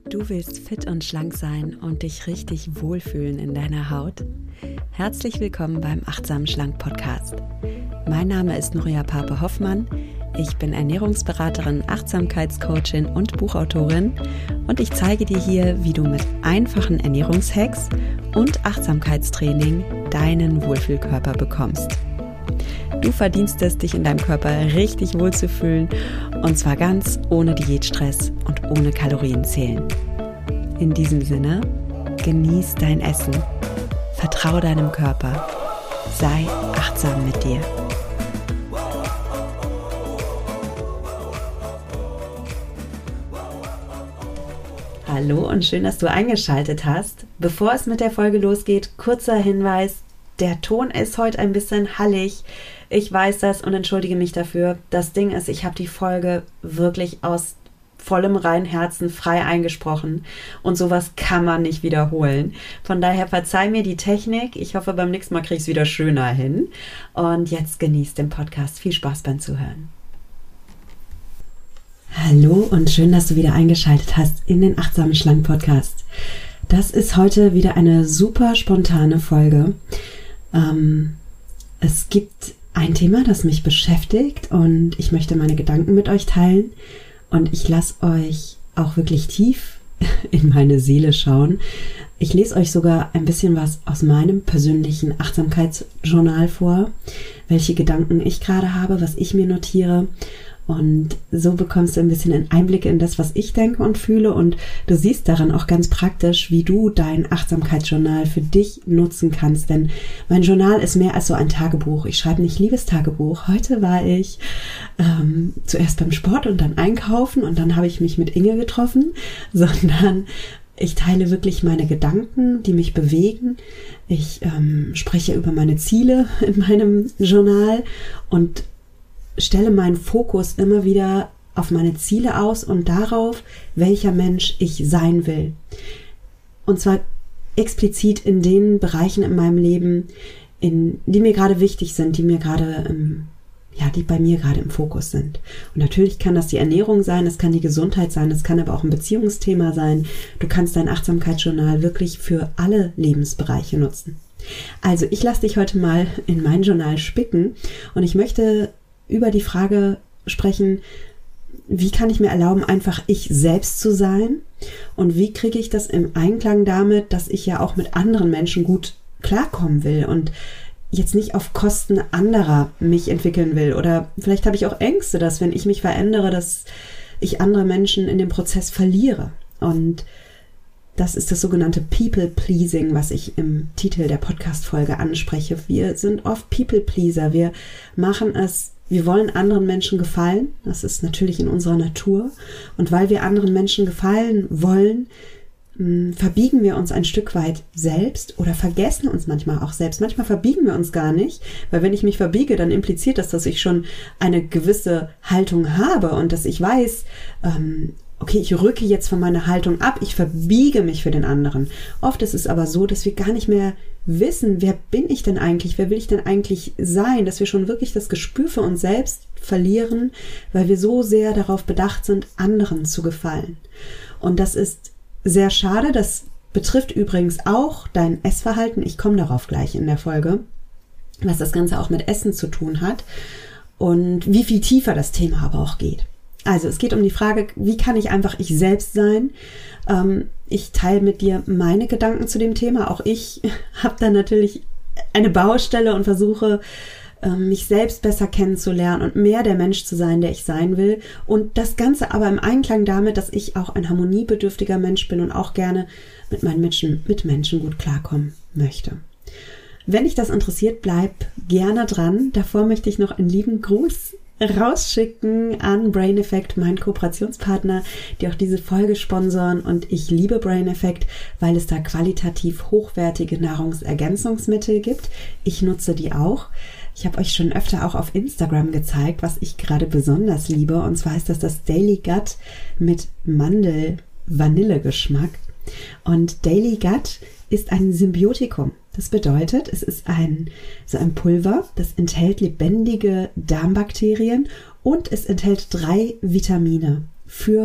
Du willst fit und schlank sein und dich richtig wohlfühlen in deiner Haut? Herzlich willkommen beim Achtsam Schlank Podcast. Mein Name ist Nuria Pape-Hoffmann. Ich bin Ernährungsberaterin, Achtsamkeitscoachin und Buchautorin und ich zeige dir hier, wie du mit einfachen Ernährungshacks und Achtsamkeitstraining deinen Wohlfühlkörper bekommst. Du verdienst es, dich in deinem Körper richtig wohlzufühlen und zwar ganz ohne Diätstress und ohne Kalorienzählen. In diesem Sinne, genieß dein Essen, vertraue deinem Körper, sei achtsam mit dir. Hallo und schön, dass du eingeschaltet hast. Bevor es mit der Folge losgeht, kurzer Hinweis, der Ton ist heute ein bisschen hallig. Ich weiß das und entschuldige mich dafür. Das Ding ist, ich habe die Folge wirklich aus vollem reinen Herzen frei eingesprochen und sowas kann man nicht wiederholen. Von daher verzeih mir die Technik. Ich hoffe, beim nächsten Mal kriege ich es wieder schöner hin. Und jetzt genießt den Podcast. Viel Spaß beim Zuhören. Hallo und schön, dass du wieder eingeschaltet hast in den Achtsamen Schlank Podcast. Das ist heute wieder eine super spontane Folge. Es gibt ein Thema, das mich beschäftigt und ich möchte meine Gedanken mit euch teilen und ich lasse euch auch wirklich tief in meine Seele schauen. Ich lese euch sogar ein bisschen was aus meinem persönlichen Achtsamkeitsjournal vor, welche Gedanken ich gerade habe, was ich mir notiere. Und so bekommst du ein bisschen einen Einblick in das, was ich denke und fühle. Und du siehst daran auch ganz praktisch, wie du dein Achtsamkeitsjournal für dich nutzen kannst. Denn mein Journal ist mehr als so ein Tagebuch. Ich schreibe nicht Liebestagebuch. Heute war ich zuerst beim Sport und dann einkaufen und dann habe ich mich mit Inge getroffen, sondern ich teile wirklich meine Gedanken, die mich bewegen. Ich spreche über meine Ziele in meinem Journal und stelle meinen Fokus immer wieder auf meine Ziele aus und darauf, welcher Mensch ich sein will. Und zwar explizit in den Bereichen in meinem Leben, die mir gerade wichtig sind, die bei mir gerade im Fokus sind. Und natürlich kann das die Ernährung sein, es kann die Gesundheit sein, es kann aber auch ein Beziehungsthema sein. Du kannst dein Achtsamkeitsjournal wirklich für alle Lebensbereiche nutzen. Also ich lasse dich heute mal in mein Journal spicken und ich möchte über die Frage sprechen, wie kann ich mir erlauben, einfach ich selbst zu sein und wie kriege ich das im Einklang damit, dass ich ja auch mit anderen Menschen gut klarkommen will und jetzt nicht auf Kosten anderer mich entwickeln will oder vielleicht habe ich auch Ängste, dass wenn ich mich verändere, dass ich andere Menschen in dem Prozess verliere und das ist das sogenannte People-Pleasing, was ich im Titel der Podcast-Folge anspreche. Wir sind oft People-Pleaser, wir wollen anderen Menschen gefallen, das ist natürlich in unserer Natur. Und weil wir anderen Menschen gefallen wollen, verbiegen wir uns ein Stück weit selbst oder vergessen uns manchmal auch selbst. Manchmal verbiegen wir uns gar nicht, weil wenn ich mich verbiege, dann impliziert das, dass ich schon eine gewisse Haltung habe und dass ich weiß, okay, ich rücke jetzt von meiner Haltung ab, ich verbiege mich für den anderen. Oft ist es aber so, dass wir gar nicht mehr wissen, wer bin ich denn eigentlich, wer will ich denn eigentlich sein, dass wir schon wirklich das Gespür für uns selbst verlieren, weil wir so sehr darauf bedacht sind, anderen zu gefallen. Und das ist sehr schade, das betrifft übrigens auch dein Essverhalten, ich komme darauf gleich in der Folge, was das Ganze auch mit Essen zu tun hat und wie viel tiefer das Thema aber auch geht. Also es geht um die Frage, wie kann ich einfach ich selbst sein? Ich teile mit dir meine Gedanken zu dem Thema. Auch ich habe da natürlich eine Baustelle und versuche, mich selbst besser kennenzulernen und mehr der Mensch zu sein, der ich sein will. Und das Ganze aber im Einklang damit, dass ich auch ein harmoniebedürftiger Mensch bin und auch gerne mit meinen Mitmenschen gut klarkommen möchte. Wenn dich das interessiert, bleib gerne dran. Davor möchte ich noch einen lieben Gruß rausschicken an Brain Effect, mein Kooperationspartner, die auch diese Folge sponsoren und ich liebe Brain Effect, weil es da qualitativ hochwertige Nahrungsergänzungsmittel gibt. Ich nutze die auch. Ich habe euch schon öfter auch auf Instagram gezeigt, was ich gerade besonders liebe und zwar ist das Daily Gut mit Mandel-Vanille-Geschmack und Daily Gut ist ein Symbiotikum. Das bedeutet, es ist ein Pulver, das enthält lebendige Darmbakterien und es enthält 3 Vitamine für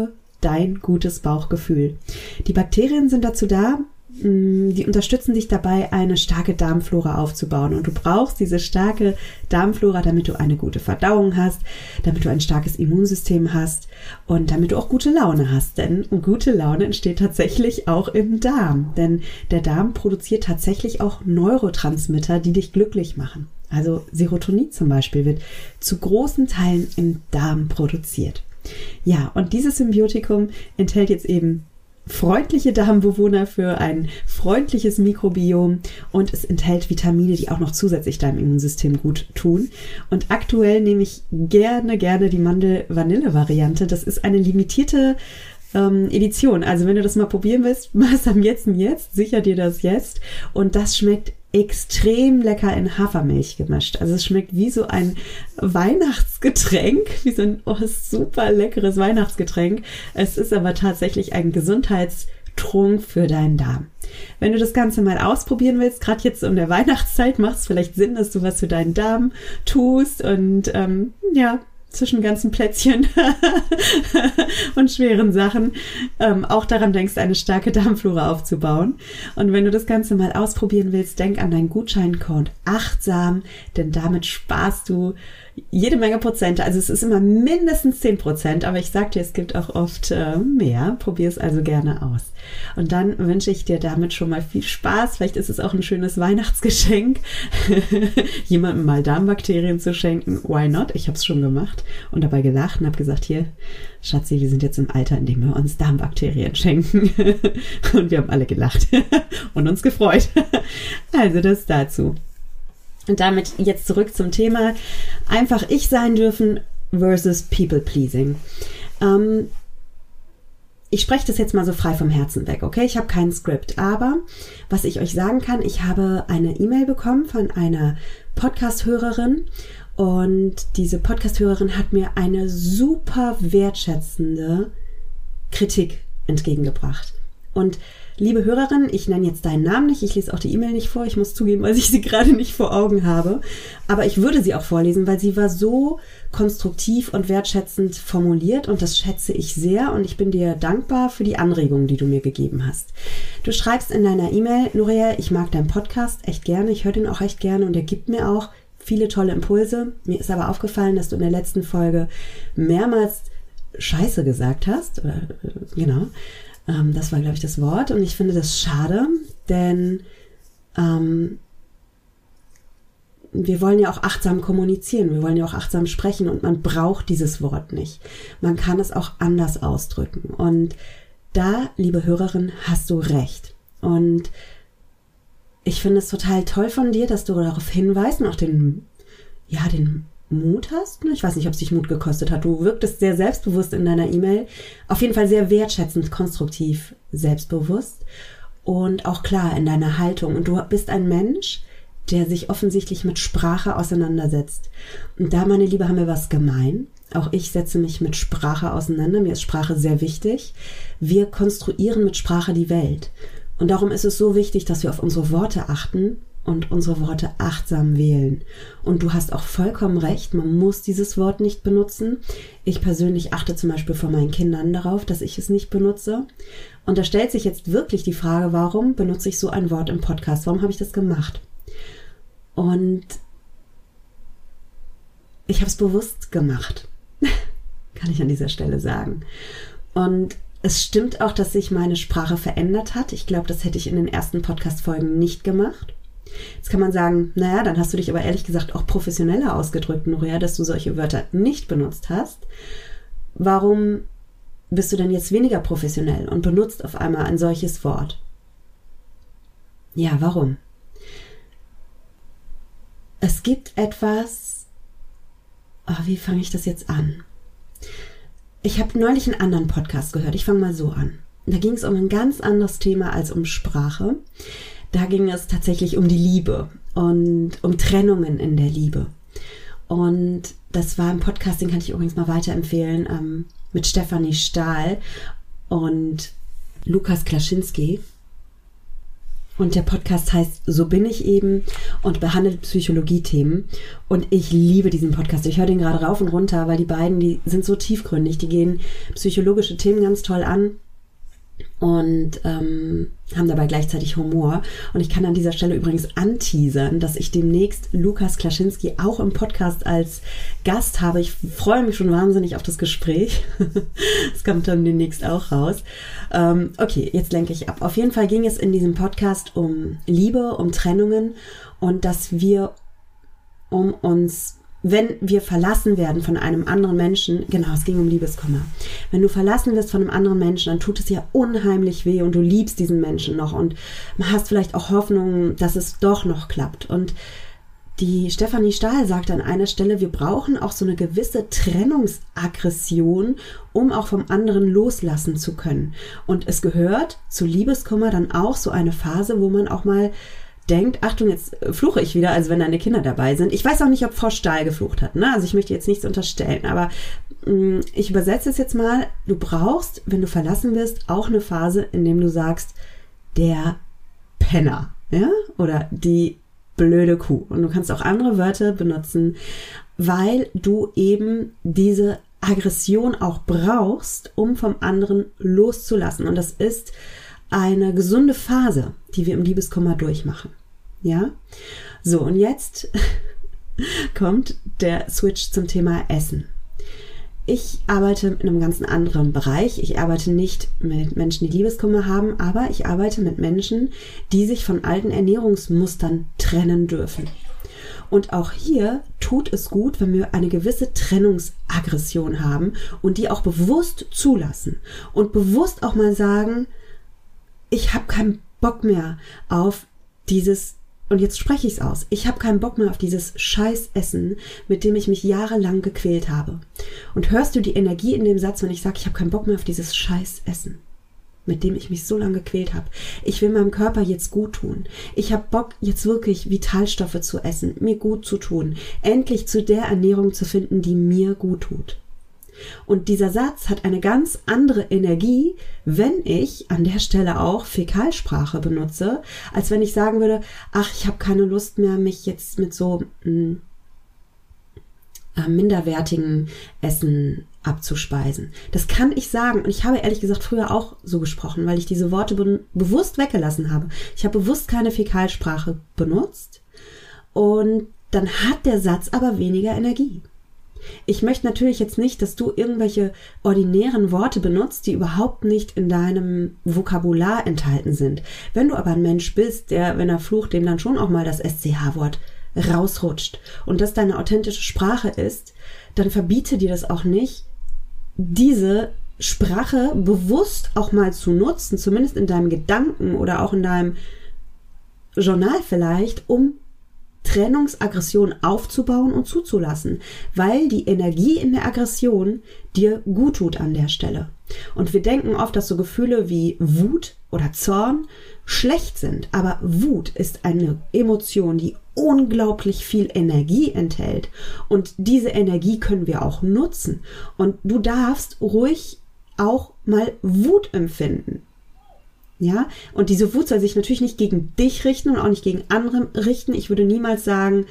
dein gutes Bauchgefühl. Die Bakterien sind dazu da, die unterstützen dich dabei, eine starke Darmflora aufzubauen. Und du brauchst diese starke Darmflora, damit du eine gute Verdauung hast, damit du ein starkes Immunsystem hast und damit du auch gute Laune hast. Denn gute Laune entsteht tatsächlich auch im Darm. Denn der Darm produziert tatsächlich auch Neurotransmitter, die dich glücklich machen. Also Serotonin zum Beispiel wird zu großen Teilen im Darm produziert. Ja, und dieses Symbiotikum enthält jetzt eben freundliche Darmbewohner für ein freundliches Mikrobiom und es enthält Vitamine, die auch noch zusätzlich deinem Immunsystem gut tun. Und aktuell nehme ich gerne die Mandel-Vanille-Variante. Das ist eine limitierte Edition. Also wenn du das mal probieren willst, mach es am jetzt, sicher dir das jetzt. Und das schmeckt extrem lecker in Hafermilch gemischt. Also es schmeckt wie so ein Weihnachtsgetränk, wie so ein super leckeres Weihnachtsgetränk. Es ist aber tatsächlich ein Gesundheitstrunk für deinen Darm. Wenn du das Ganze mal ausprobieren willst, gerade jetzt um der Weihnachtszeit, macht es vielleicht Sinn, dass du was für deinen Darm tust und zwischen ganzen Plätzchen und schweren Sachen auch daran denkst, eine starke Darmflora aufzubauen. Und wenn du das Ganze mal ausprobieren willst, denk an deinen Gutscheincode achtsam, denn damit sparst du jede Menge Prozente. Also es ist immer mindestens 10%, aber ich sag dir, es gibt auch oft mehr. Probier es also gerne aus. Und dann wünsche ich dir damit schon mal viel Spaß. Vielleicht ist es auch ein schönes Weihnachtsgeschenk, jemandem mal Darmbakterien zu schenken. Why not? Ich habe es schon gemacht und dabei gelacht und habe gesagt, hier, Schatzi, wir sind jetzt im Alter, in dem wir uns Darmbakterien schenken. Und wir haben alle gelacht und uns gefreut. Also das dazu. Und damit jetzt zurück zum Thema, einfach ich sein dürfen versus People Pleasing. Ich spreche das jetzt mal so frei vom Herzen weg, okay? Ich habe kein Skript, aber was ich euch sagen kann, ich habe eine E-Mail bekommen von einer Podcast-Hörerin und diese Podcast-Hörerin hat mir eine super wertschätzende Kritik entgegengebracht. Und liebe Hörerin, ich nenne jetzt deinen Namen nicht, ich lese auch die E-Mail nicht vor, ich muss zugeben, weil ich sie gerade nicht vor Augen habe, aber ich würde sie auch vorlesen, weil sie war so konstruktiv und wertschätzend formuliert und das schätze ich sehr und ich bin dir dankbar für die Anregungen, die du mir gegeben hast. Du schreibst in deiner E-Mail, Nuria, ich mag deinen Podcast echt gerne, ich höre den auch echt gerne und er gibt mir auch viele tolle Impulse. Mir ist aber aufgefallen, dass du in der letzten Folge mehrmals Scheiße gesagt hast, genau. Das war, glaube ich, das Wort. Und ich finde das schade, denn wir wollen ja auch achtsam kommunizieren. Wir wollen ja auch achtsam sprechen und man braucht dieses Wort nicht. Man kann es auch anders ausdrücken. Und da, liebe Hörerin, hast du recht. Und ich finde es total toll von dir, dass du darauf hinweist und auch den Mut hast. Ich weiß nicht, ob es dich Mut gekostet hat. Du wirktest sehr selbstbewusst in deiner E-Mail. Auf jeden Fall sehr wertschätzend, konstruktiv, selbstbewusst und auch klar in deiner Haltung. Und du bist ein Mensch, der sich offensichtlich mit Sprache auseinandersetzt. Und da, meine Liebe, haben wir was gemein. Auch ich setze mich mit Sprache auseinander. Mir ist Sprache sehr wichtig. Wir konstruieren mit Sprache die Welt. Und darum ist es so wichtig, dass wir auf unsere Worte achten und unsere Worte achtsam wählen. Und du hast auch vollkommen recht, man muss dieses Wort nicht benutzen. Ich persönlich achte zum Beispiel vor meinen Kindern darauf, dass ich es nicht benutze. Und da stellt sich jetzt wirklich die Frage, warum benutze ich so ein Wort im Podcast? Warum habe ich das gemacht? Und ich habe es bewusst gemacht, kann ich an dieser Stelle sagen. Und es stimmt auch, dass sich meine Sprache verändert hat. Ich glaube, das hätte ich in den ersten Podcast-Folgen nicht gemacht. Jetzt kann man sagen, naja, dann hast du dich aber ehrlich gesagt auch professioneller ausgedrückt, Nuria, dass du solche Wörter nicht benutzt hast. Warum bist du denn jetzt weniger professionell und benutzt auf einmal ein solches Wort? Ja, warum? Es gibt etwas, wie fange ich das jetzt an? Ich habe neulich einen anderen Podcast gehört, ich fange mal so an. Da ging es um ein ganz anderes Thema als um Sprache. Da ging es tatsächlich um die Liebe und um Trennungen in der Liebe. Und das war ein Podcast, den kann ich übrigens mal weiterempfehlen, mit Stefanie Stahl und Lukas Klaschinski. und der Podcast heißt So bin ich eben und behandelt Psychologie-Themen. Und ich liebe diesen Podcast. Ich höre den gerade rauf und runter, weil die beiden, die sind so tiefgründig, die gehen psychologische Themen ganz toll an und haben dabei gleichzeitig Humor. Und ich kann an dieser Stelle übrigens anteasern, dass ich demnächst Lukas Klaschinski auch im Podcast als Gast habe. Ich freue mich schon wahnsinnig auf das Gespräch. Das kommt dann demnächst auch raus. Okay, jetzt lenke ich ab. Auf jeden Fall ging es in diesem Podcast um Liebe, um Trennungen und dass wir wenn wir verlassen werden von einem anderen Menschen, genau, es ging um Liebeskummer. Wenn du verlassen wirst von einem anderen Menschen, dann tut es ja unheimlich weh und du liebst diesen Menschen noch und hast vielleicht auch Hoffnung, dass es doch noch klappt. Und die Stefanie Stahl sagt an einer Stelle, wir brauchen auch so eine gewisse Trennungsaggression, um auch vom anderen loslassen zu können. Und es gehört zu Liebeskummer dann auch so eine Phase, wo man auch mal denkt, Achtung, jetzt fluche ich wieder, also wenn deine Kinder dabei sind. Ich weiß auch nicht, ob Frau Stahl geflucht hat, ne? Also ich möchte jetzt nichts unterstellen, aber ich übersetze es jetzt mal. Du brauchst, wenn du verlassen wirst, auch eine Phase, in dem du sagst, der Penner, ja? Oder die blöde Kuh. Und du kannst auch andere Wörter benutzen, weil du eben diese Aggression auch brauchst, um vom anderen loszulassen. Und das ist eine gesunde Phase, die wir im Liebeskummer durchmachen. Ja? So, und jetzt kommt der Switch zum Thema Essen. Ich arbeite in einem ganz anderen Bereich. Ich arbeite nicht mit Menschen, die Liebeskummer haben, aber ich arbeite mit Menschen, die sich von alten Ernährungsmustern trennen dürfen. Und auch hier tut es gut, wenn wir eine gewisse Trennungsaggression haben und die auch bewusst zulassen und bewusst auch mal sagen, ich habe keinen Bock mehr auf dieses, und jetzt spreche ich es aus, ich habe keinen Bock mehr auf dieses Scheißessen, mit dem ich mich jahrelang gequält habe. Und hörst du die Energie in dem Satz, wenn ich sage, ich habe keinen Bock mehr auf dieses Scheißessen, mit dem ich mich so lange gequält habe. Ich will meinem Körper jetzt gut tun. Ich habe Bock, jetzt wirklich Vitalstoffe zu essen, mir gut zu tun, endlich zu der Ernährung zu finden, die mir gut tut. Und dieser Satz hat eine ganz andere Energie, wenn ich an der Stelle auch Fäkalsprache benutze, als wenn ich sagen würde, ach, ich habe keine Lust mehr, mich jetzt mit so minderwertigen Essen abzuspeisen. Das kann ich sagen. Und ich habe ehrlich gesagt früher auch so gesprochen, weil ich diese Worte bewusst weggelassen habe. Ich habe bewusst keine Fäkalsprache benutzt und dann hat der Satz aber weniger Energie. Ich möchte natürlich jetzt nicht, dass du irgendwelche ordinären Worte benutzt, die überhaupt nicht in deinem Vokabular enthalten sind. Wenn du aber ein Mensch bist, der, wenn er flucht, dem dann schon auch mal das SCH-Wort rausrutscht und das deine authentische Sprache ist, dann verbiete dir das auch nicht, diese Sprache bewusst auch mal zu nutzen, zumindest in deinem Gedanken oder auch in deinem Journal vielleicht, um Trennungsaggression aufzubauen und zuzulassen, weil die Energie in der Aggression dir gut tut an der Stelle. Und wir denken oft, dass so Gefühle wie Wut oder Zorn schlecht sind, aber Wut ist eine Emotion, die unglaublich viel Energie enthält und diese Energie können wir auch nutzen und du darfst ruhig auch mal Wut empfinden. Ja, und diese Wut soll sich natürlich nicht gegen dich richten und auch nicht gegen andere richten. Ich würde niemals sagen,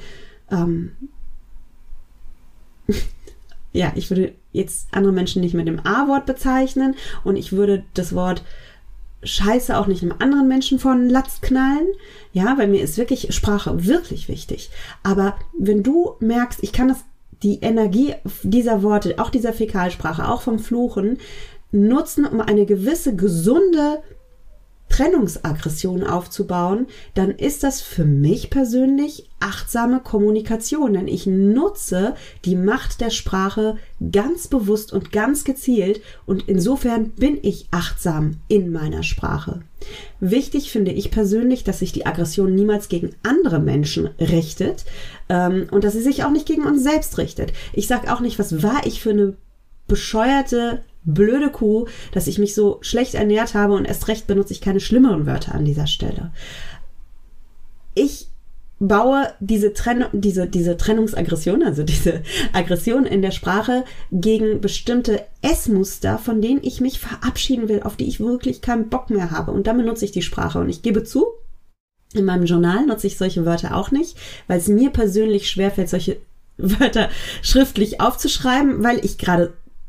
ja, ich würde jetzt andere Menschen nicht mit dem A-Wort bezeichnen und ich würde das Wort Scheiße auch nicht einem anderen Menschen vor den Latz knallen. Ja, weil mir ist wirklich Sprache wirklich wichtig. Aber wenn du merkst, ich kann die Energie dieser Worte, auch dieser Fäkalsprache, auch vom Fluchen nutzen, um eine gewisse gesunde Trennungsaggression aufzubauen, dann ist das für mich persönlich achtsame Kommunikation, denn ich nutze die Macht der Sprache ganz bewusst und ganz gezielt und insofern bin ich achtsam in meiner Sprache. Wichtig finde ich persönlich, dass sich die Aggression niemals gegen andere Menschen richtet und dass sie sich auch nicht gegen uns selbst richtet. Ich sage auch nicht, was war ich für eine bescheuerte blöde Kuh, dass ich mich so schlecht ernährt habe und erst recht benutze ich keine schlimmeren Wörter an dieser Stelle. Ich baue diese Trennungsaggression, also diese Aggression in der Sprache gegen bestimmte Essmuster, von denen ich mich verabschieden will, auf die ich wirklich keinen Bock mehr habe. Und dann benutze ich die Sprache. Und ich gebe zu, In meinem Journal nutze ich solche Wörter auch nicht, weil es mir persönlich schwerfällt, solche Wörter schriftlich aufzuschreiben, weil ich gerade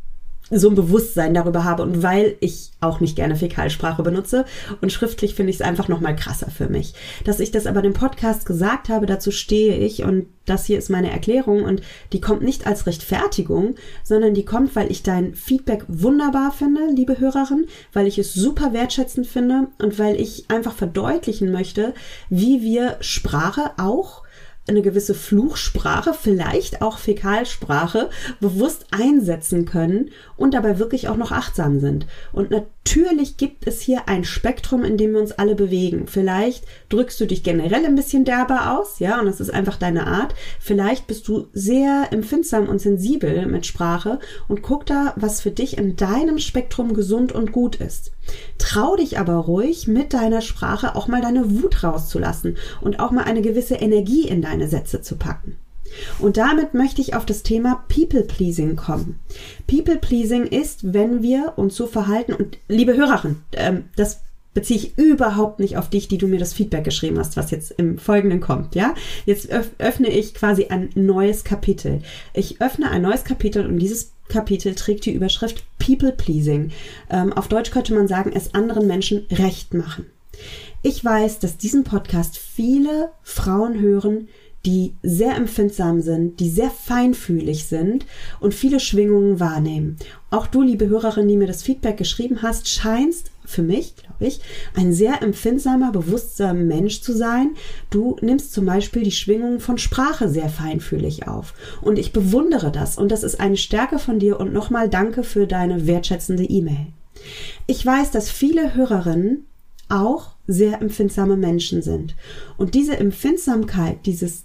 so ein Bewusstsein darüber habe und weil ich auch nicht gerne Fäkalsprache benutze. Und schriftlich finde ich es einfach nochmal krasser für mich. Dass ich das aber im Podcast gesagt habe, dazu stehe ich und das hier ist meine Erklärung und die kommt nicht als Rechtfertigung, sondern die kommt, weil ich dein Feedback wunderbar finde, liebe Hörerin, weil ich es super wertschätzend finde und weil ich einfach verdeutlichen möchte, wie wir Sprache auch eine gewisse Fluchsprache, vielleicht auch Fäkalsprache, bewusst einsetzen können und dabei wirklich auch noch achtsam sind. Und natürlich gibt es hier ein Spektrum, in dem wir uns alle bewegen. Vielleicht drückst du dich generell ein bisschen derber aus, ja, und das ist einfach deine Art. Vielleicht bist du sehr empfindsam und sensibel mit Sprache und guck da, was für dich in deinem Spektrum gesund und gut ist. Trau dich aber ruhig, mit deiner Sprache auch mal deine Wut rauszulassen und auch mal eine gewisse Energie in deine Sätze zu packen. Und damit möchte ich auf das Thema People-Pleasing kommen. People-Pleasing ist, wenn wir uns so verhalten, und liebe Hörerin, das beziehe ich überhaupt nicht auf dich, die du mir das Feedback geschrieben hast, was jetzt im Folgenden kommt, ja? Jetzt öffne ich quasi ein neues Kapitel. Ich öffne ein neues Kapitel und dieses Kapitel trägt die Überschrift People-Pleasing. Auf Deutsch könnte man sagen, es anderen Menschen recht machen. Ich weiß, dass diesen Podcast viele Frauen hören, die sehr empfindsam sind, die sehr feinfühlig sind und viele Schwingungen wahrnehmen. Auch du, liebe Hörerin, die mir das Feedback geschrieben hast, scheinst für mich, glaube ich, ein sehr empfindsamer, bewusster Mensch zu sein. Du nimmst zum Beispiel die Schwingungen von Sprache sehr feinfühlig auf. Und ich bewundere das. Und das ist eine Stärke von dir. Und nochmal danke für deine wertschätzende E-Mail. Ich weiß, dass viele Hörerinnen auch sehr empfindsame Menschen sind. Und diese Empfindsamkeit,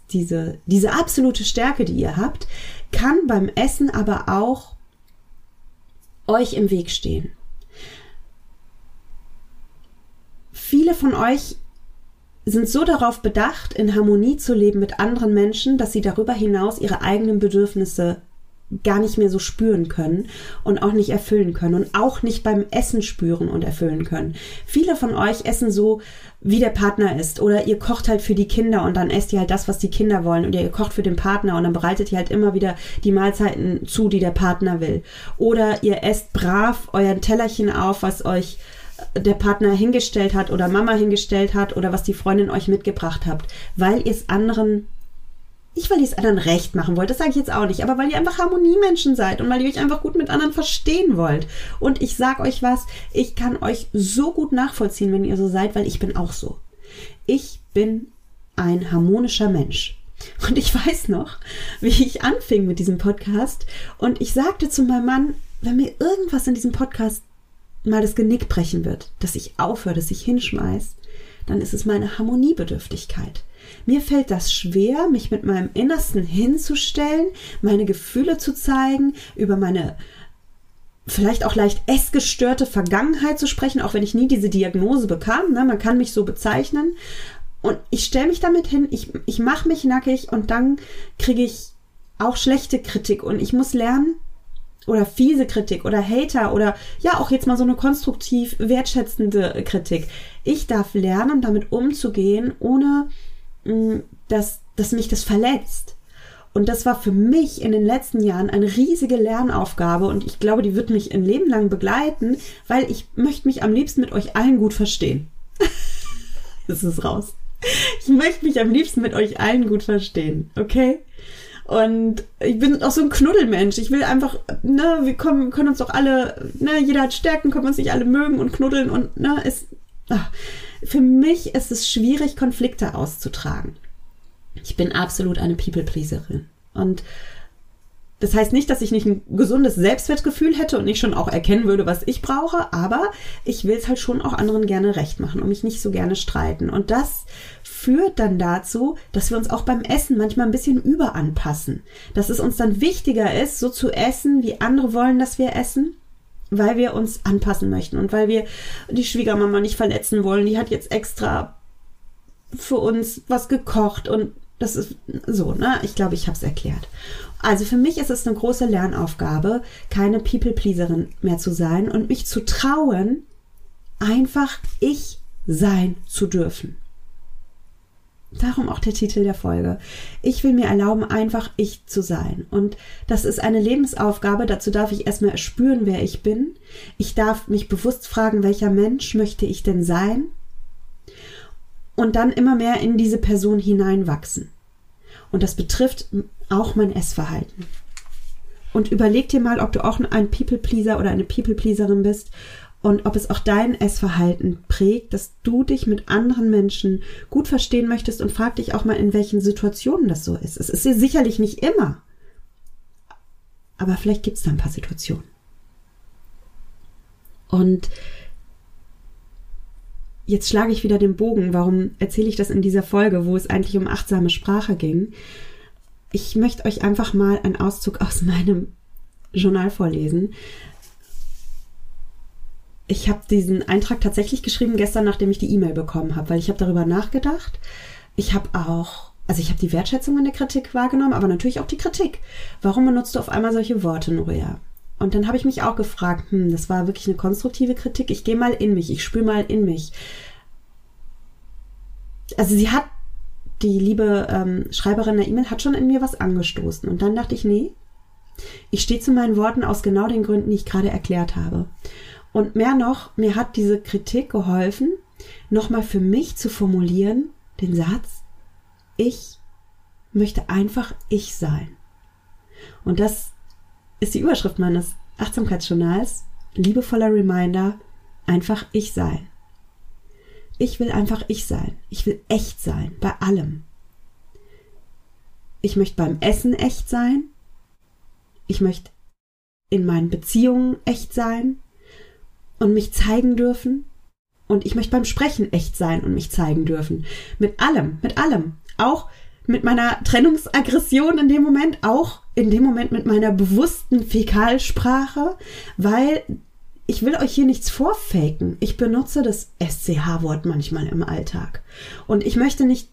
diese absolute Stärke, die ihr habt, kann beim Essen aber auch euch im Weg stehen. Viele von euch sind so darauf bedacht, in Harmonie zu leben mit anderen Menschen, dass sie darüber hinaus ihre eigenen Bedürfnisse gar nicht mehr so spüren können und auch nicht erfüllen können und auch nicht beim Essen spüren und erfüllen können. Viele von euch essen so, wie der Partner isst, oder ihr kocht halt für die Kinder und dann esst ihr halt das, was die Kinder wollen, oder ihr kocht für den Partner und dann bereitet ihr halt immer wieder die Mahlzeiten zu, die der Partner will. Oder ihr esst brav euer Tellerchen auf, was euch der Partner hingestellt hat oder Mama hingestellt hat oder was die Freundin euch mitgebracht habt, weil ihr es anderen, nicht weil ihr es anderen recht machen wollt, das sage ich jetzt auch nicht, aber weil ihr einfach Harmoniemenschen seid und weil ihr euch einfach gut mit anderen verstehen wollt. Und ich sage euch was, ich kann euch so gut nachvollziehen, wenn ihr so seid, weil ich bin auch so. Ich bin ein harmonischer Mensch. Und ich weiß noch, wie ich anfing mit diesem Podcast und ich sagte zu meinem Mann, wenn mir irgendwas in diesem Podcast mal das Genick brechen wird, dass ich aufhöre, dass ich hinschmeiß, dann ist es meine Harmoniebedürftigkeit. Mir fällt das schwer, mich mit meinem Innersten hinzustellen, meine Gefühle zu zeigen, über meine vielleicht auch leicht essgestörte Vergangenheit zu sprechen, auch wenn ich nie diese Diagnose bekam. Ne? Man kann mich so bezeichnen. Und ich stelle mich damit hin, ich mache mich nackig und dann kriege ich auch schlechte Kritik und ich muss lernen, oder fiese Kritik oder Hater oder ja auch jetzt mal so eine konstruktiv wertschätzende Kritik. Ich darf lernen, damit umzugehen, ohne dass mich das verletzt. Und das war für mich in den letzten Jahren eine riesige Lernaufgabe und ich glaube, die wird mich ein Leben lang begleiten, weil ich möchte mich am liebsten mit euch allen gut verstehen. Das ist raus. Ich möchte mich am liebsten mit euch allen gut verstehen, okay? Und ich bin auch so ein Knuddelmensch. Ich will einfach, wir können uns doch alle, jeder hat Stärken, können wir uns nicht alle mögen und knuddeln und, für mich ist es schwierig, Konflikte auszutragen. Ich bin absolut eine People-Pleaserin. Und das heißt nicht, dass ich nicht ein gesundes Selbstwertgefühl hätte und nicht schon auch erkennen würde, was ich brauche, aber ich will es halt schon auch anderen gerne recht machen und mich nicht so gerne streiten. Und das führt dann dazu, dass wir uns auch beim Essen manchmal ein bisschen überanpassen. Dass es uns dann wichtiger ist, so zu essen, wie andere wollen, dass wir essen, weil wir uns anpassen möchten und weil wir die Schwiegermama nicht verletzen wollen. Die hat jetzt extra für uns was gekocht und das ist so, Ich glaube, ich habe es erklärt. Also für mich ist es eine große Lernaufgabe, keine People-Pleaserin mehr zu sein und mich zu trauen, einfach ich sein zu dürfen. Darum auch der Titel der Folge. Ich will mir erlauben, einfach ich zu sein. Und das ist eine Lebensaufgabe. Dazu darf ich erstmal spüren, wer ich bin. Ich darf mich bewusst fragen, welcher Mensch möchte ich denn sein? Und dann immer mehr in diese Person hineinwachsen. Und das betrifft auch mein Essverhalten. Und überleg dir mal, ob du auch ein People-Pleaser oder eine People-Pleaserin bist und ob es auch dein Essverhalten prägt, dass du dich mit anderen Menschen gut verstehen möchtest, und frag dich auch mal, in welchen Situationen das so ist. Es ist ja sicherlich nicht immer, aber vielleicht gibt es da ein paar Situationen. Und jetzt schlage ich wieder den Bogen. Warum erzähle ich das in dieser Folge, wo es eigentlich um achtsame Sprache ging? Ich möchte euch einfach mal einen Auszug aus meinem Journal vorlesen. Ich habe diesen Eintrag tatsächlich geschrieben gestern, nachdem ich die E-Mail bekommen habe, weil ich habe darüber nachgedacht. Ich habe die Wertschätzung in der Kritik wahrgenommen, aber natürlich auch die Kritik. Warum benutzt du auf einmal solche Worte, Nuria? Und dann habe ich mich auch gefragt, das war wirklich eine konstruktive Kritik. Ich gehe mal in mich, ich spüre mal in mich. Also die liebe Schreiberin der E-Mail hat schon in mir was angestoßen. Und dann dachte ich, nee, ich stehe zu meinen Worten aus genau den Gründen, die ich gerade erklärt habe. Und mehr noch, mir hat diese Kritik geholfen, nochmal für mich zu formulieren, den Satz, ich möchte einfach ich sein. Und das ist die Überschrift meines Achtsamkeitsjournals, liebevoller Reminder, einfach ich sein. Ich will einfach ich sein. Ich will echt sein, bei allem. Ich möchte beim Essen echt sein. Ich möchte in meinen Beziehungen echt sein und mich zeigen dürfen. Und ich möchte beim Sprechen echt sein und mich zeigen dürfen. Mit allem, mit allem. Auch mit meiner Trennungsaggression in dem Moment, auch in dem Moment mit meiner bewussten Fäkalsprache, weil ich will euch hier nichts vorfaken. Ich benutze das SCH-Wort manchmal im Alltag. Und ich möchte nicht,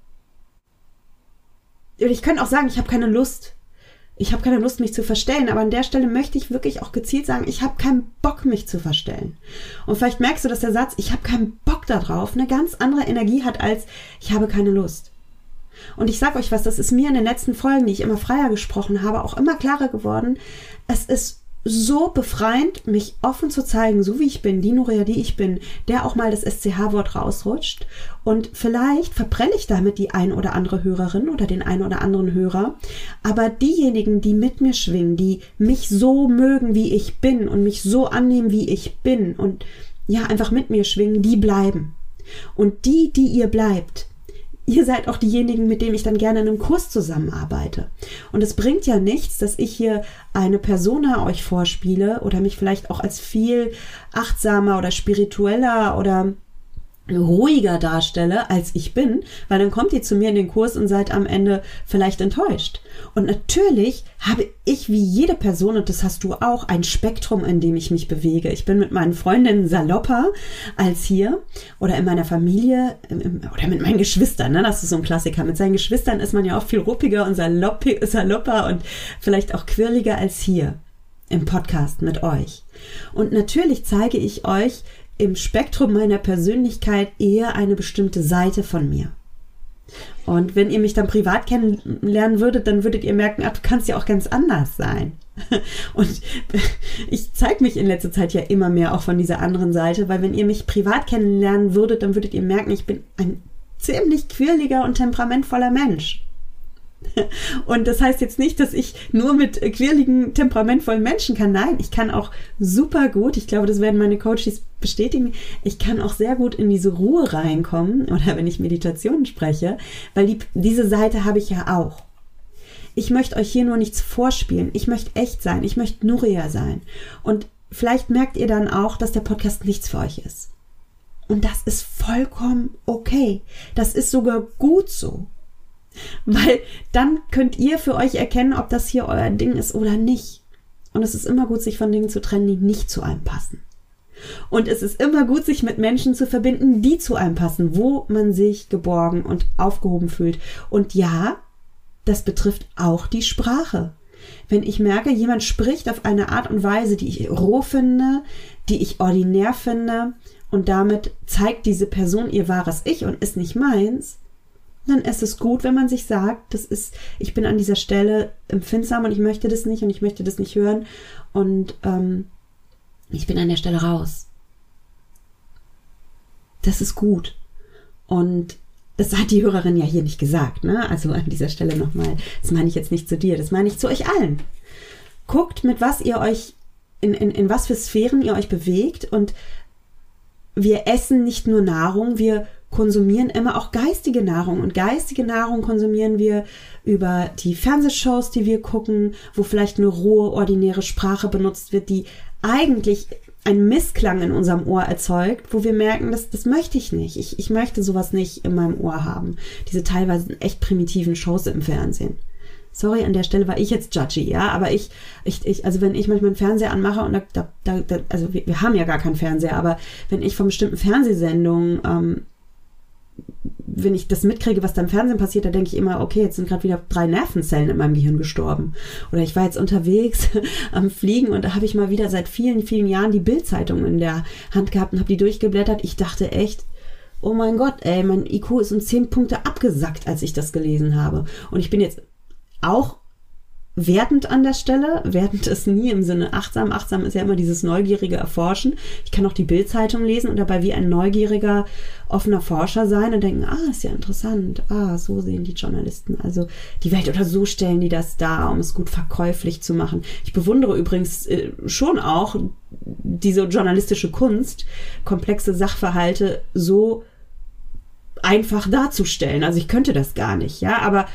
ich könnte auch sagen, ich habe keine Lust. Ich habe keine Lust, mich zu verstellen, aber an der Stelle möchte ich wirklich auch gezielt sagen, ich habe keinen Bock, mich zu verstellen. Und vielleicht merkst du, dass der Satz, ich habe keinen Bock darauf, eine ganz andere Energie hat als, ich habe keine Lust. Und ich sage euch was, das ist mir in den letzten Folgen, die ich immer freier gesprochen habe, auch immer klarer geworden. Es ist so befreiend, mich offen zu zeigen, so wie ich bin, die Nuria, die ich bin, der auch mal das SCH-Wort rausrutscht. Und vielleicht verprelle ich damit die ein oder andere Hörerin oder den ein oder anderen Hörer. Aber diejenigen, die mit mir schwingen, die mich so mögen, wie ich bin und mich so annehmen, wie ich bin und ja, einfach mit mir schwingen, die bleiben. Und die ihr bleibt, ihr seid auch diejenigen, mit denen ich dann gerne in einem Kurs zusammenarbeite. Und es bringt ja nichts, dass ich hier eine Persona euch vorspiele oder mich vielleicht auch als viel achtsamer oder spiritueller oder ruhiger darstelle, als ich bin, weil dann kommt ihr zu mir in den Kurs und seid am Ende vielleicht enttäuscht. Und natürlich habe ich wie jede Person, und das hast du auch, ein Spektrum, in dem ich mich bewege. Ich bin mit meinen Freundinnen salopper als hier oder in meiner Familie oder mit meinen Geschwistern, ne? Das ist so ein Klassiker. Mit seinen Geschwistern ist man ja auch viel ruppiger und salopper und vielleicht auch quirliger als hier im Podcast mit euch. Und natürlich zeige ich euch im Spektrum meiner Persönlichkeit eher eine bestimmte Seite von mir. Und wenn ihr mich dann privat kennenlernen würdet, dann würdet ihr merken, du kannst ja auch ganz anders sein. Und ich zeige mich in letzter Zeit ja immer mehr auch von dieser anderen Seite, weil wenn ihr mich privat kennenlernen würdet, dann würdet ihr merken, ich bin ein ziemlich quirliger und temperamentvoller Mensch. Und das heißt jetzt nicht, dass ich nur mit quirligen, temperamentvollen Menschen kann. Nein, ich kann auch super gut, ich glaube, das werden meine Coaches bestätigen, ich kann auch sehr gut in diese Ruhe reinkommen oder wenn ich Meditationen spreche, weil diese Seite habe ich ja auch. Ich möchte euch hier nur nichts vorspielen. Ich möchte echt sein. Ich möchte Nuria sein. Und vielleicht merkt ihr dann auch, dass der Podcast nichts für euch ist. Und das ist vollkommen okay. Das ist sogar gut so. Weil dann könnt ihr für euch erkennen, ob das hier euer Ding ist oder nicht. Und es ist immer gut, sich von Dingen zu trennen, die nicht zu einem passen. Und es ist immer gut, sich mit Menschen zu verbinden, die zu einem passen, wo man sich geborgen und aufgehoben fühlt. Und ja, das betrifft auch die Sprache. Wenn ich merke, jemand spricht auf eine Art und Weise, die ich roh finde, die ich ordinär finde und damit zeigt diese Person ihr wahres Ich und ist nicht meins, dann ist es gut, wenn man sich sagt, ich bin an dieser Stelle empfindsam und ich möchte das nicht und ich möchte das nicht hören und ich bin an der Stelle raus. Das ist gut. Und das hat die Hörerin ja hier nicht gesagt, ne? Also an dieser Stelle nochmal, das meine ich jetzt nicht zu dir, das meine ich zu euch allen. Guckt, mit was ihr euch, in was für Sphären ihr euch bewegt, und wir essen nicht nur Nahrung, wir konsumieren immer auch geistige Nahrung, und geistige Nahrung konsumieren wir über die Fernsehshows, die wir gucken, wo vielleicht eine rohe, ordinäre Sprache benutzt wird, die eigentlich einen Missklang in unserem Ohr erzeugt, wo wir merken, das möchte ich nicht. Ich möchte sowas nicht in meinem Ohr haben. Diese teilweise echt primitiven Shows im Fernsehen. Sorry, an der Stelle war ich jetzt judgy, ja, aber also wenn ich manchmal einen Fernseher anmache und also wir haben ja gar keinen Fernseher, aber wenn ich von bestimmten Fernsehsendungen, wenn ich das mitkriege, was da im Fernsehen passiert, da denke ich immer, okay, jetzt sind gerade wieder 3 Nervenzellen in meinem Gehirn gestorben. Oder ich war jetzt unterwegs am Fliegen und da habe ich mal wieder seit vielen, vielen Jahren die Bild-Zeitung in der Hand gehabt und habe die durchgeblättert. Ich dachte echt, oh mein Gott, ey, mein IQ ist um 10 Punkte abgesackt, als ich das gelesen habe. Und ich bin jetzt auch wertend an der Stelle. Wertend ist nie im Sinne achtsam. Achtsam ist ja immer dieses neugierige Erforschen. Ich kann auch die Bild-Zeitung lesen und dabei wie ein neugieriger, offener Forscher sein und denken, ist ja interessant. So sehen die Journalisten also die Welt, oder so stellen die das dar, um es gut verkäuflich zu machen. Ich bewundere übrigens schon auch diese journalistische Kunst, komplexe Sachverhalte so einfach darzustellen. Also ich könnte das gar nicht, ja, aber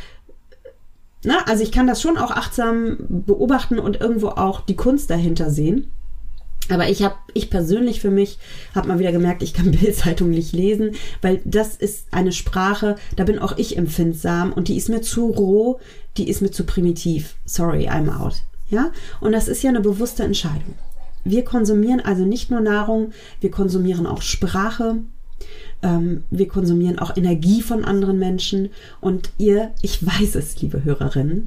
also ich kann das schon auch achtsam beobachten und irgendwo auch die Kunst dahinter sehen. Aber ich persönlich für mich habe mal wieder gemerkt, ich kann Bild-Zeitung nicht lesen, weil das ist eine Sprache, da bin auch ich empfindsam und die ist mir zu roh, die ist mir zu primitiv. Sorry, I'm out. Ja? Und das ist ja eine bewusste Entscheidung. Wir konsumieren also nicht nur Nahrung, wir konsumieren auch Sprache. Wir konsumieren auch Energie von anderen Menschen, und ich weiß es, liebe Hörerinnen,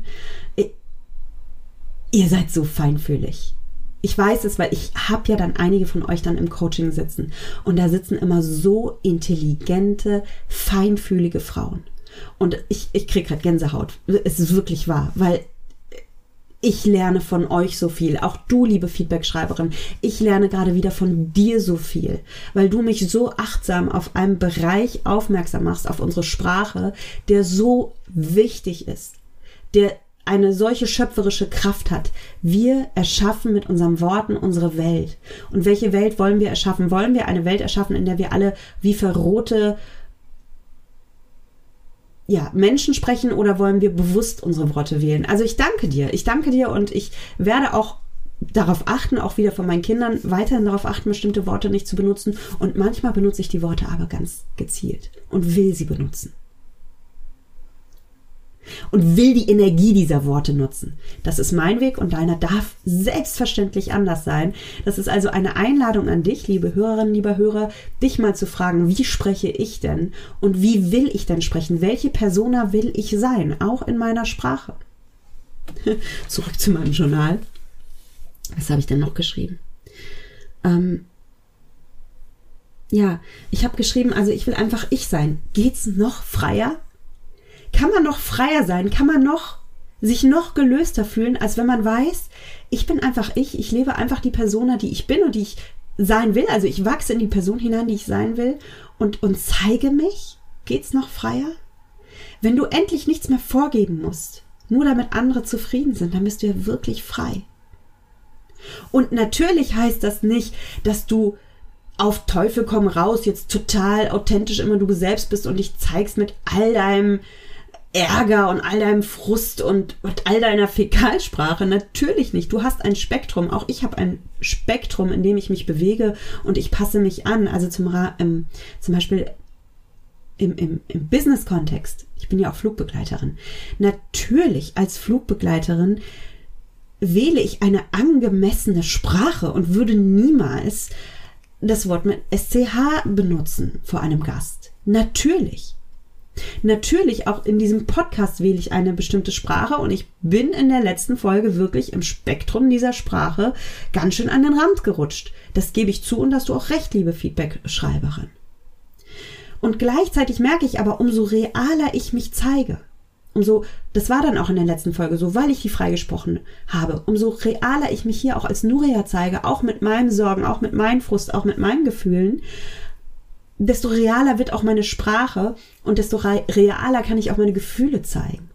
ihr seid so feinfühlig. Ich weiß es, weil ich habe ja dann einige von euch dann im Coaching sitzen, und da sitzen immer so intelligente, feinfühlige Frauen. Und ich kriege gerade Gänsehaut. Es ist wirklich wahr, weil ich lerne von euch so viel. Auch du, liebe Feedback-Schreiberin, ich lerne gerade wieder von dir so viel, weil du mich so achtsam auf einen Bereich aufmerksam machst, auf unsere Sprache, der so wichtig ist, der eine solche schöpferische Kraft hat. Wir erschaffen mit unseren Worten unsere Welt. Und welche Welt wollen wir erschaffen? Wollen wir eine Welt erschaffen, in der wir alle wie verrohte Menschen sprechen, oder wollen wir bewusst unsere Worte wählen? Also ich danke dir und ich werde auch darauf achten, auch wieder von meinen Kindern weiterhin darauf achten, bestimmte Worte nicht zu benutzen, und manchmal benutze ich die Worte aber ganz gezielt und will sie benutzen. Und will die Energie dieser Worte nutzen. Das ist mein Weg, und deiner darf selbstverständlich anders sein. Das ist also eine Einladung an dich, liebe Hörerinnen, lieber Hörer, dich mal zu fragen, wie spreche ich denn und wie will ich denn sprechen? Welche Persona will ich sein, auch in meiner Sprache? Zurück zu meinem Journal. Was habe ich denn noch geschrieben? Ich habe geschrieben, also ich will einfach ich sein. Geht's noch freier? Kann man noch freier sein? Kann man sich noch gelöster fühlen, als wenn man weiß, ich bin einfach ich lebe einfach die Persona, die ich bin und die ich sein will. Also ich wachse in die Person hinein, die ich sein will, und zeige mich. Geht's noch freier? Wenn du endlich nichts mehr vorgeben musst, nur damit andere zufrieden sind, dann bist du ja wirklich frei. Und natürlich heißt das nicht, dass du auf Teufel komm raus jetzt total authentisch immer du selbst bist und dich zeigst mit all deinem Ärger und all deinem Frust und all deiner Fäkalsprache. Natürlich nicht. Du hast ein Spektrum. Auch ich habe ein Spektrum, in dem ich mich bewege, und ich passe mich an. Also zum Beispiel im Business-Kontext. Ich bin ja auch Flugbegleiterin. Natürlich als Flugbegleiterin wähle ich eine angemessene Sprache und würde niemals das Wort mit SCH benutzen vor einem Gast. Natürlich. Natürlich, auch in diesem Podcast wähle ich eine bestimmte Sprache, und ich bin in der letzten Folge wirklich im Spektrum dieser Sprache ganz schön an den Rand gerutscht. Das gebe ich zu, und da hast du auch recht, liebe Feedback-Schreiberin. Und gleichzeitig merke ich aber, umso realer ich mich zeige, das war dann auch in der letzten Folge so, weil ich die freigesprochen habe, umso realer ich mich hier auch als Nuria zeige, auch mit meinen Sorgen, auch mit meinem Frust, auch mit meinen Gefühlen, desto realer wird auch meine Sprache und desto realer kann ich auch meine Gefühle zeigen.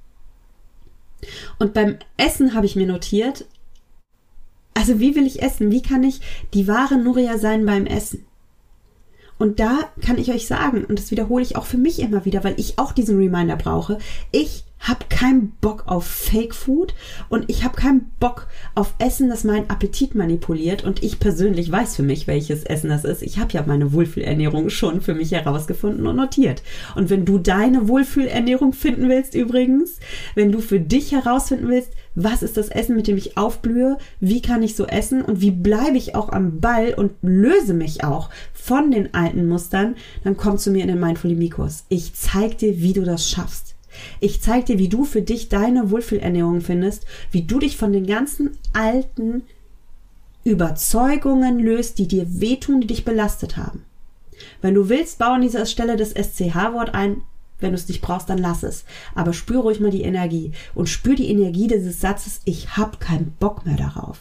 Und beim Essen habe ich mir notiert, also wie will ich essen? Wie kann ich die wahre Nuria sein beim Essen? Und da kann ich euch sagen, und das wiederhole ich auch für mich immer wieder, weil ich auch diesen Reminder brauche, ich habe keinen Bock auf Fake Food und ich habe keinen Bock auf Essen, das meinen Appetit manipuliert, und ich persönlich weiß für mich, welches Essen das ist. Ich habe ja meine Wohlfühlernährung schon für mich herausgefunden und notiert. Und wenn du deine Wohlfühlernährung finden willst übrigens, wenn du für dich herausfinden willst, was ist das Essen, mit dem ich aufblühe, wie kann ich so essen und wie bleibe ich auch am Ball und löse mich auch von den alten Mustern, dann komm zu mir in den Mindful Me-Kurs. Ich zeige dir, wie du das schaffst. Ich zeige dir, wie du für dich deine Wohlfühlernährung findest, wie du dich von den ganzen alten Überzeugungen löst, die dir wehtun, die dich belastet haben. Wenn du willst, bau an dieser Stelle das SCH-Wort ein. Wenn du es nicht brauchst, dann lass es. Aber spür ruhig mal die Energie und spür die Energie dieses Satzes, ich habe keinen Bock mehr darauf.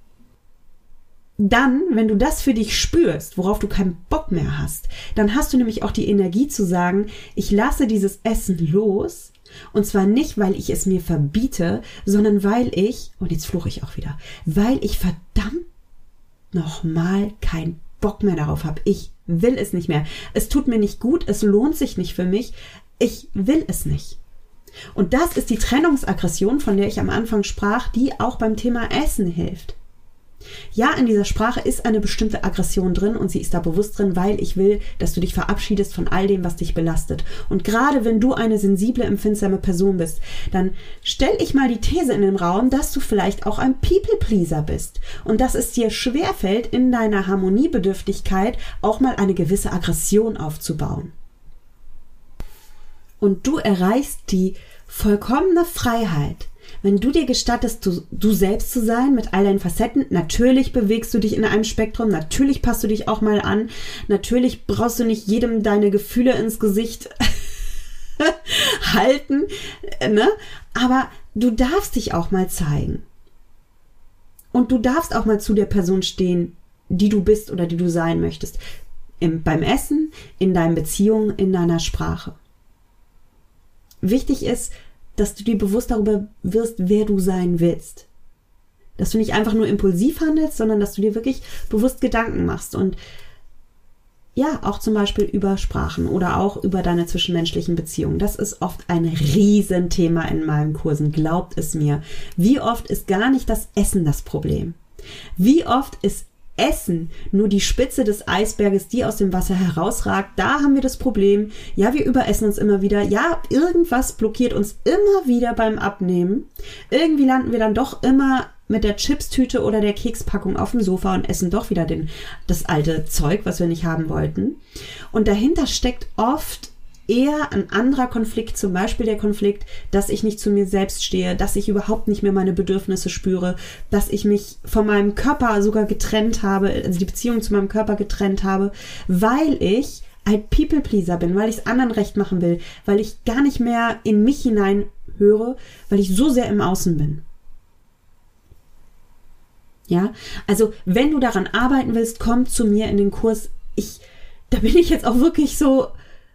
Dann, wenn du das für dich spürst, worauf du keinen Bock mehr hast, dann hast du nämlich auch die Energie zu sagen, ich lasse dieses Essen los, und zwar nicht, weil ich es mir verbiete, sondern weil ich, und jetzt fluche ich auch wieder, weil ich verdammt nochmal keinen Bock mehr darauf habe. Ich will es nicht mehr. Es tut mir nicht gut, es lohnt sich nicht für mich. Ich will es nicht. Und das ist die Trennungsaggression, von der ich am Anfang sprach, die auch beim Thema Essen hilft. Ja, in dieser Sprache ist eine bestimmte Aggression drin und sie ist da bewusst drin, weil ich will, dass du dich verabschiedest von all dem, was dich belastet. Und gerade wenn du eine sensible, empfindsame Person bist, dann stell ich mal die These in den Raum, dass du vielleicht auch ein People-Pleaser bist und dass es dir schwerfällt, in deiner Harmoniebedürftigkeit auch mal eine gewisse Aggression aufzubauen. Und du erreichst die vollkommene Freiheit, wenn du dir gestattest, du selbst zu sein mit all deinen Facetten. Natürlich bewegst du dich in einem Spektrum, natürlich passt du dich auch mal an, natürlich brauchst du nicht jedem deine Gefühle ins Gesicht halten, ne? Aber du darfst dich auch mal zeigen. Und du darfst auch mal zu der Person stehen, die du bist oder die du sein möchtest. Beim Essen, in deinen Beziehungen, in deiner Sprache. Wichtig ist, dass du dir bewusst darüber wirst, wer du sein willst. Dass du nicht einfach nur impulsiv handelst, sondern dass du dir wirklich bewusst Gedanken machst. Und ja, auch zum Beispiel über Sprachen oder auch über deine zwischenmenschlichen Beziehungen. Das ist oft ein Riesenthema in meinen Kursen, glaubt es mir. Wie oft ist gar nicht das Essen das Problem? Wie oft ist Essen nur die Spitze des Eisberges, die aus dem Wasser herausragt? Da haben wir das Problem. Ja, wir überessen uns immer wieder. Ja, irgendwas blockiert uns immer wieder beim Abnehmen. Irgendwie landen wir dann doch immer mit der Chipstüte oder der Kekspackung auf dem Sofa und essen doch wieder das alte Zeug, was wir nicht haben wollten. Und dahinter steckt oft eher ein anderer Konflikt, zum Beispiel der Konflikt, dass ich nicht zu mir selbst stehe, dass ich überhaupt nicht mehr meine Bedürfnisse spüre, dass ich mich von meinem Körper sogar getrennt habe, also die Beziehung zu meinem Körper getrennt habe, weil ich ein People-Pleaser bin, weil ich es anderen recht machen will, weil ich gar nicht mehr in mich hinein höre, weil ich so sehr im Außen bin. Ja, also wenn du daran arbeiten willst, komm zu mir in den Kurs. Da bin ich jetzt auch wirklich so,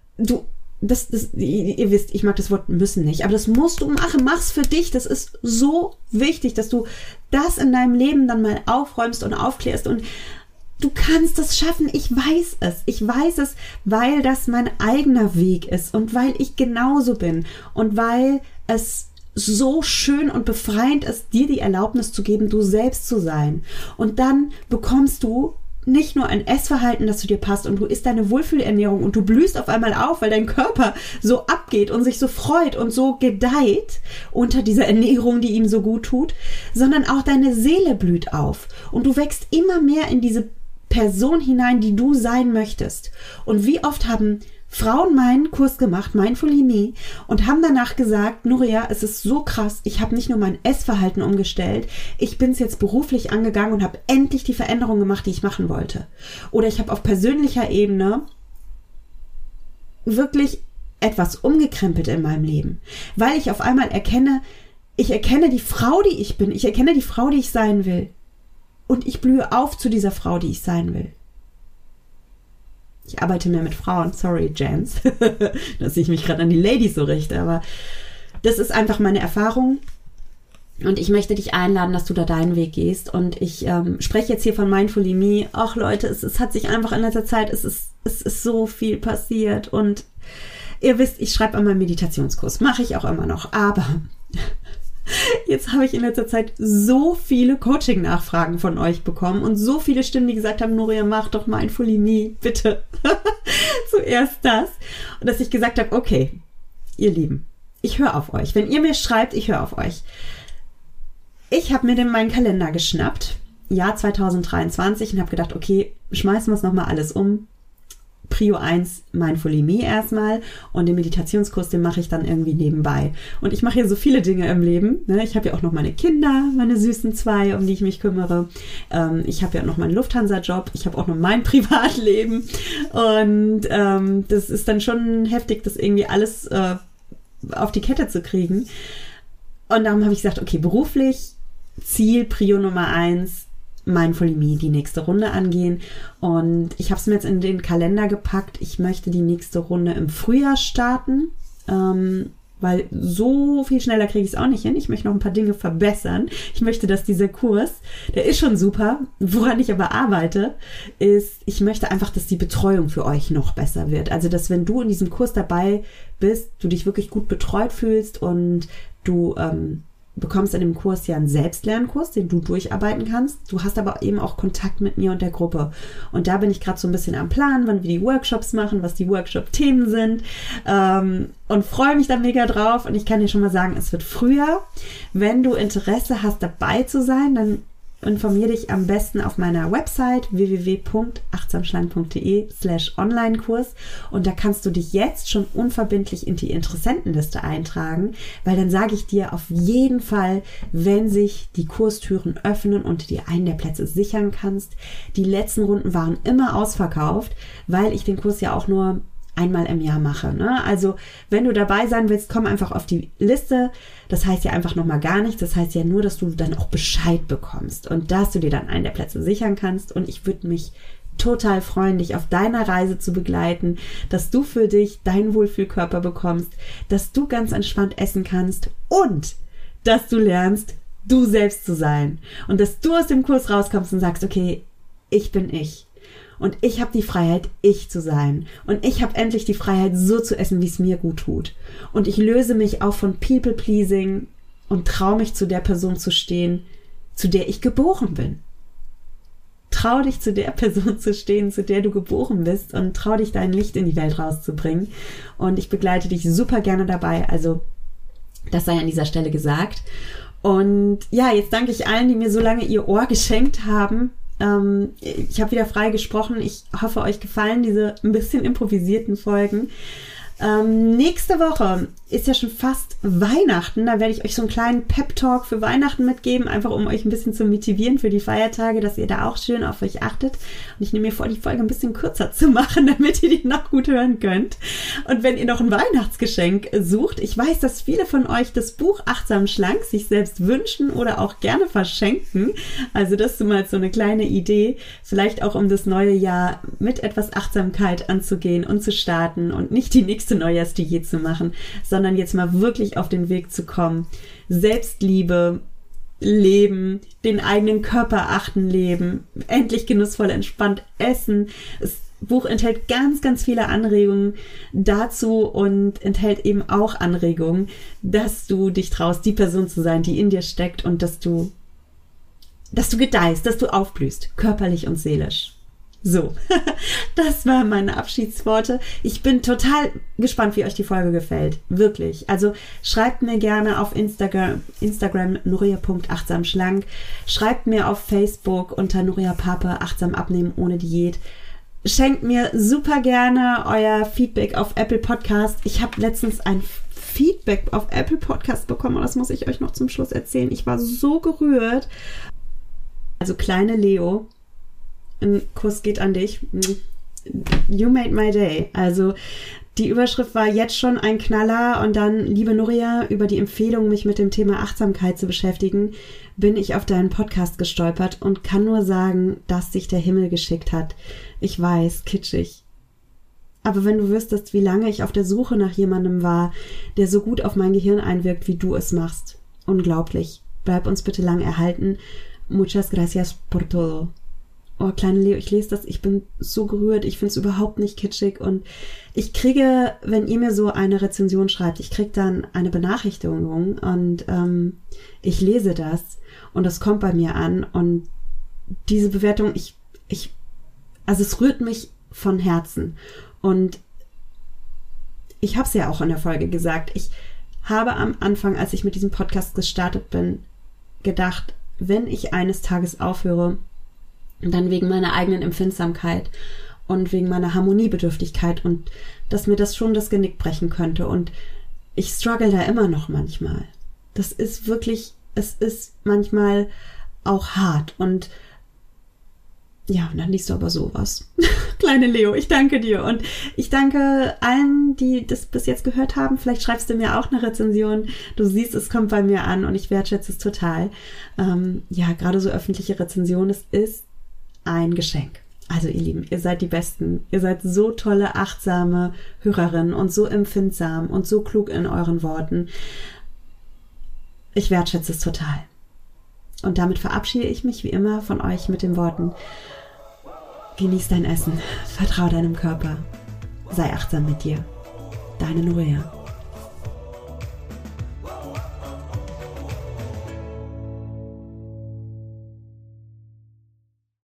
ihr wisst, ich mag das Wort müssen nicht, aber das musst du machen, mach's für dich. Das ist so wichtig, dass du das in deinem Leben dann mal aufräumst und aufklärst, und du kannst das schaffen. Ich weiß es, weil das mein eigener Weg ist und weil ich genauso bin und weil es so schön und befreiend ist, dir die Erlaubnis zu geben, du selbst zu sein. Und dann bekommst du nicht nur ein Essverhalten, das zu dir passt, und du isst deine Wohlfühlernährung und du blühst auf einmal auf, weil dein Körper so abgeht und sich so freut und so gedeiht unter dieser Ernährung, die ihm so gut tut, sondern auch deine Seele blüht auf und du wächst immer mehr in diese Person hinein, die du sein möchtest. Und wie oft haben Frauen meinen Kurs gemacht, Mindful Me, und haben danach gesagt, Nuria, es ist so krass, ich habe nicht nur mein Essverhalten umgestellt, ich bin es jetzt beruflich angegangen und habe endlich die Veränderung gemacht, die ich machen wollte. Oder ich habe auf persönlicher Ebene wirklich etwas umgekrempelt in meinem Leben, weil ich auf einmal erkenne die Frau, die ich bin, ich erkenne die Frau, die ich sein will und ich blühe auf zu dieser Frau, die ich sein will. Ich arbeite mehr mit Frauen, sorry, Jans, dass ich mich gerade an die Ladies so richte, aber das ist einfach meine Erfahrung und ich möchte dich einladen, dass du da deinen Weg gehst und ich spreche jetzt hier von Mindfully Me. Ach Leute, es hat sich einfach in letzter Zeit, es ist so viel passiert und ihr wisst, ich schreibe an meinem Meditationskurs, mache ich auch immer noch, aber jetzt habe ich in letzter Zeit so viele Coaching-Nachfragen von euch bekommen und so viele Stimmen, die gesagt haben, Nuria, mach doch Mindfully Me, bitte. Zuerst das. Und dass ich gesagt habe, okay, ihr Lieben, ich höre auf euch. Wenn ihr mir schreibt, ich höre auf euch. Ich habe mir meinen Kalender geschnappt, Jahr 2023, und habe gedacht, okay, schmeißen wir es nochmal alles um. Prio 1, Mindfully Me erstmal und den Meditationskurs, den mache ich dann irgendwie nebenbei. Und ich mache ja so viele Dinge im Leben. Ne? Ich habe ja auch noch meine Kinder, meine süßen 2, um die ich mich kümmere. Ich habe ja noch meinen Lufthansa-Job. Ich habe auch noch mein Privatleben. Und das ist dann schon heftig, das irgendwie alles auf die Kette zu kriegen. Und darum habe ich gesagt, okay, beruflich, Ziel, Prio Nummer 1, Mindfully Me, die nächste Runde angehen. Und ich habe es mir jetzt in den Kalender gepackt. Ich möchte die nächste Runde im Frühjahr starten, weil so viel schneller kriege ich es auch nicht hin. Ich möchte noch ein paar Dinge verbessern. Ich möchte, dass dieser Kurs, der ist schon super. Woran ich aber arbeite, ist, ich möchte einfach, dass die Betreuung für euch noch besser wird. Also, dass wenn du in diesem Kurs dabei bist, du dich wirklich gut betreut fühlst und du bekommst in dem Kurs ja einen Selbstlernkurs, den du durcharbeiten kannst. Du hast aber eben auch Kontakt mit mir und der Gruppe. Und da bin ich gerade so ein bisschen am Plan, wann wir die Workshops machen, was die Workshop-Themen sind und freue mich da mega drauf. Und ich kann dir schon mal sagen, es wird früher. Wenn du Interesse hast, dabei zu sein, dann informiere dich am besten auf meiner Website www.achtsamschlank.de/Online-Kurs und da kannst du dich jetzt schon unverbindlich in die Interessentenliste eintragen, weil dann sage ich dir auf jeden Fall, wenn sich die Kurstüren öffnen und du dir einen der Plätze sichern kannst. Die letzten Runden waren immer ausverkauft, weil ich den Kurs ja auch nur einmal im Jahr mache. Ne? Also wenn du dabei sein willst, komm einfach auf die Liste. Das heißt ja einfach nochmal gar nichts. Das heißt ja nur, dass du dann auch Bescheid bekommst und dass du dir dann einen der Plätze sichern kannst. Und ich würde mich total freuen, dich auf deiner Reise zu begleiten, dass du für dich deinen Wohlfühlkörper bekommst, dass du ganz entspannt essen kannst und dass du lernst, du selbst zu sein. Und dass du aus dem Kurs rauskommst und sagst, okay, ich bin ich. Und ich habe die Freiheit, ich zu sein. Und ich habe endlich die Freiheit, so zu essen, wie es mir gut tut. Und ich löse mich auch von People-Pleasing und traue mich, zu der Person zu stehen, zu der ich geboren bin. Trau dich, zu der Person zu stehen, zu der du geboren bist und trau dich, dein Licht in die Welt rauszubringen. Und ich begleite dich super gerne dabei. Also, das sei an dieser Stelle gesagt. Und ja, jetzt danke ich allen, die mir so lange ihr Ohr geschenkt haben. Ich habe wieder frei gesprochen. Ich hoffe, euch gefallen diese ein bisschen improvisierten Folgen. Nächste Woche ist ja schon fast Weihnachten. Da werde ich euch so einen kleinen Pep-Talk für Weihnachten mitgeben, einfach um euch ein bisschen zu motivieren für die Feiertage, dass ihr da auch schön auf euch achtet. Und ich nehme mir vor, die Folge ein bisschen kürzer zu machen, damit ihr die noch gut hören könnt. Und wenn ihr noch ein Weihnachtsgeschenk sucht, ich weiß, dass viele von euch das Buch Achtsam Schlank sich selbst wünschen oder auch gerne verschenken. Also das ist mal so eine kleine Idee, vielleicht auch um das neue Jahr mit etwas Achtsamkeit anzugehen und zu starten und nicht die nächste Neujahrsdiät zu machen, sondern jetzt mal wirklich auf den Weg zu kommen. Selbstliebe leben, den eigenen Körper achten leben, endlich genussvoll entspannt essen. Das Buch enthält ganz, ganz viele Anregungen dazu und enthält eben auch Anregungen, dass du dich traust, die Person zu sein, die in dir steckt und dass du gedeihst, dass du aufblühst, körperlich und seelisch. So, das waren meine Abschiedsworte. Ich bin total gespannt, wie euch die Folge gefällt. Wirklich. Also schreibt mir gerne auf Instagram nuria.achtsamschlank. Schreibt mir auf Facebook unter Nuria Pape, achtsam abnehmen ohne Diät. Schenkt mir super gerne euer Feedback auf Apple Podcast. Ich habe letztens ein Feedback auf Apple Podcast bekommen und das muss ich euch noch zum Schluss erzählen. Ich war so gerührt. Also kleine Leo, ein Kuss geht an dich. you made my day. Also die Überschrift war jetzt schon ein Knaller und dann, liebe Nuria, über die Empfehlung, mich mit dem Thema Achtsamkeit zu beschäftigen, bin ich auf deinen Podcast gestolpert und kann nur sagen, dass sich der Himmel geschickt hat. Ich weiß, kitschig. Aber wenn du wüsstest, wie lange ich auf der Suche nach jemandem war, der so gut auf mein Gehirn einwirkt, wie du es machst. Unglaublich. Bleib uns bitte lang erhalten. Muchas gracias por todo. Oh, kleine Leo, ich lese das, ich bin so gerührt, ich finde es überhaupt nicht kitschig und ich kriege, wenn ihr mir so eine Rezension schreibt, ich kriege dann eine Benachrichtigung und ich lese das und das kommt bei mir an und diese Bewertung, also es rührt mich von Herzen und ich habe es ja auch in der Folge gesagt, ich habe am Anfang, als ich mit diesem Podcast gestartet bin, gedacht, wenn ich eines Tages aufhöre, dann wegen meiner eigenen Empfindsamkeit und wegen meiner Harmoniebedürftigkeit und dass mir das schon das Genick brechen könnte und ich struggle da immer noch manchmal. Das ist wirklich, es ist manchmal auch hart und ja, und dann liest du aber sowas. Kleine Leo, ich danke dir und ich danke allen, die das bis jetzt gehört haben. Vielleicht schreibst du mir auch eine Rezension. Du siehst, es kommt bei mir an und ich wertschätze es total. Ja, gerade so öffentliche Rezensionen, es ist ein Geschenk. Also ihr Lieben, ihr seid die Besten. Ihr seid so tolle, achtsame Hörerinnen und so empfindsam und so klug in euren Worten. Ich wertschätze es total. Und damit verabschiede ich mich wie immer von euch mit den Worten: Genieß dein Essen, vertrau deinem Körper, sei achtsam mit dir. Deine Nuria.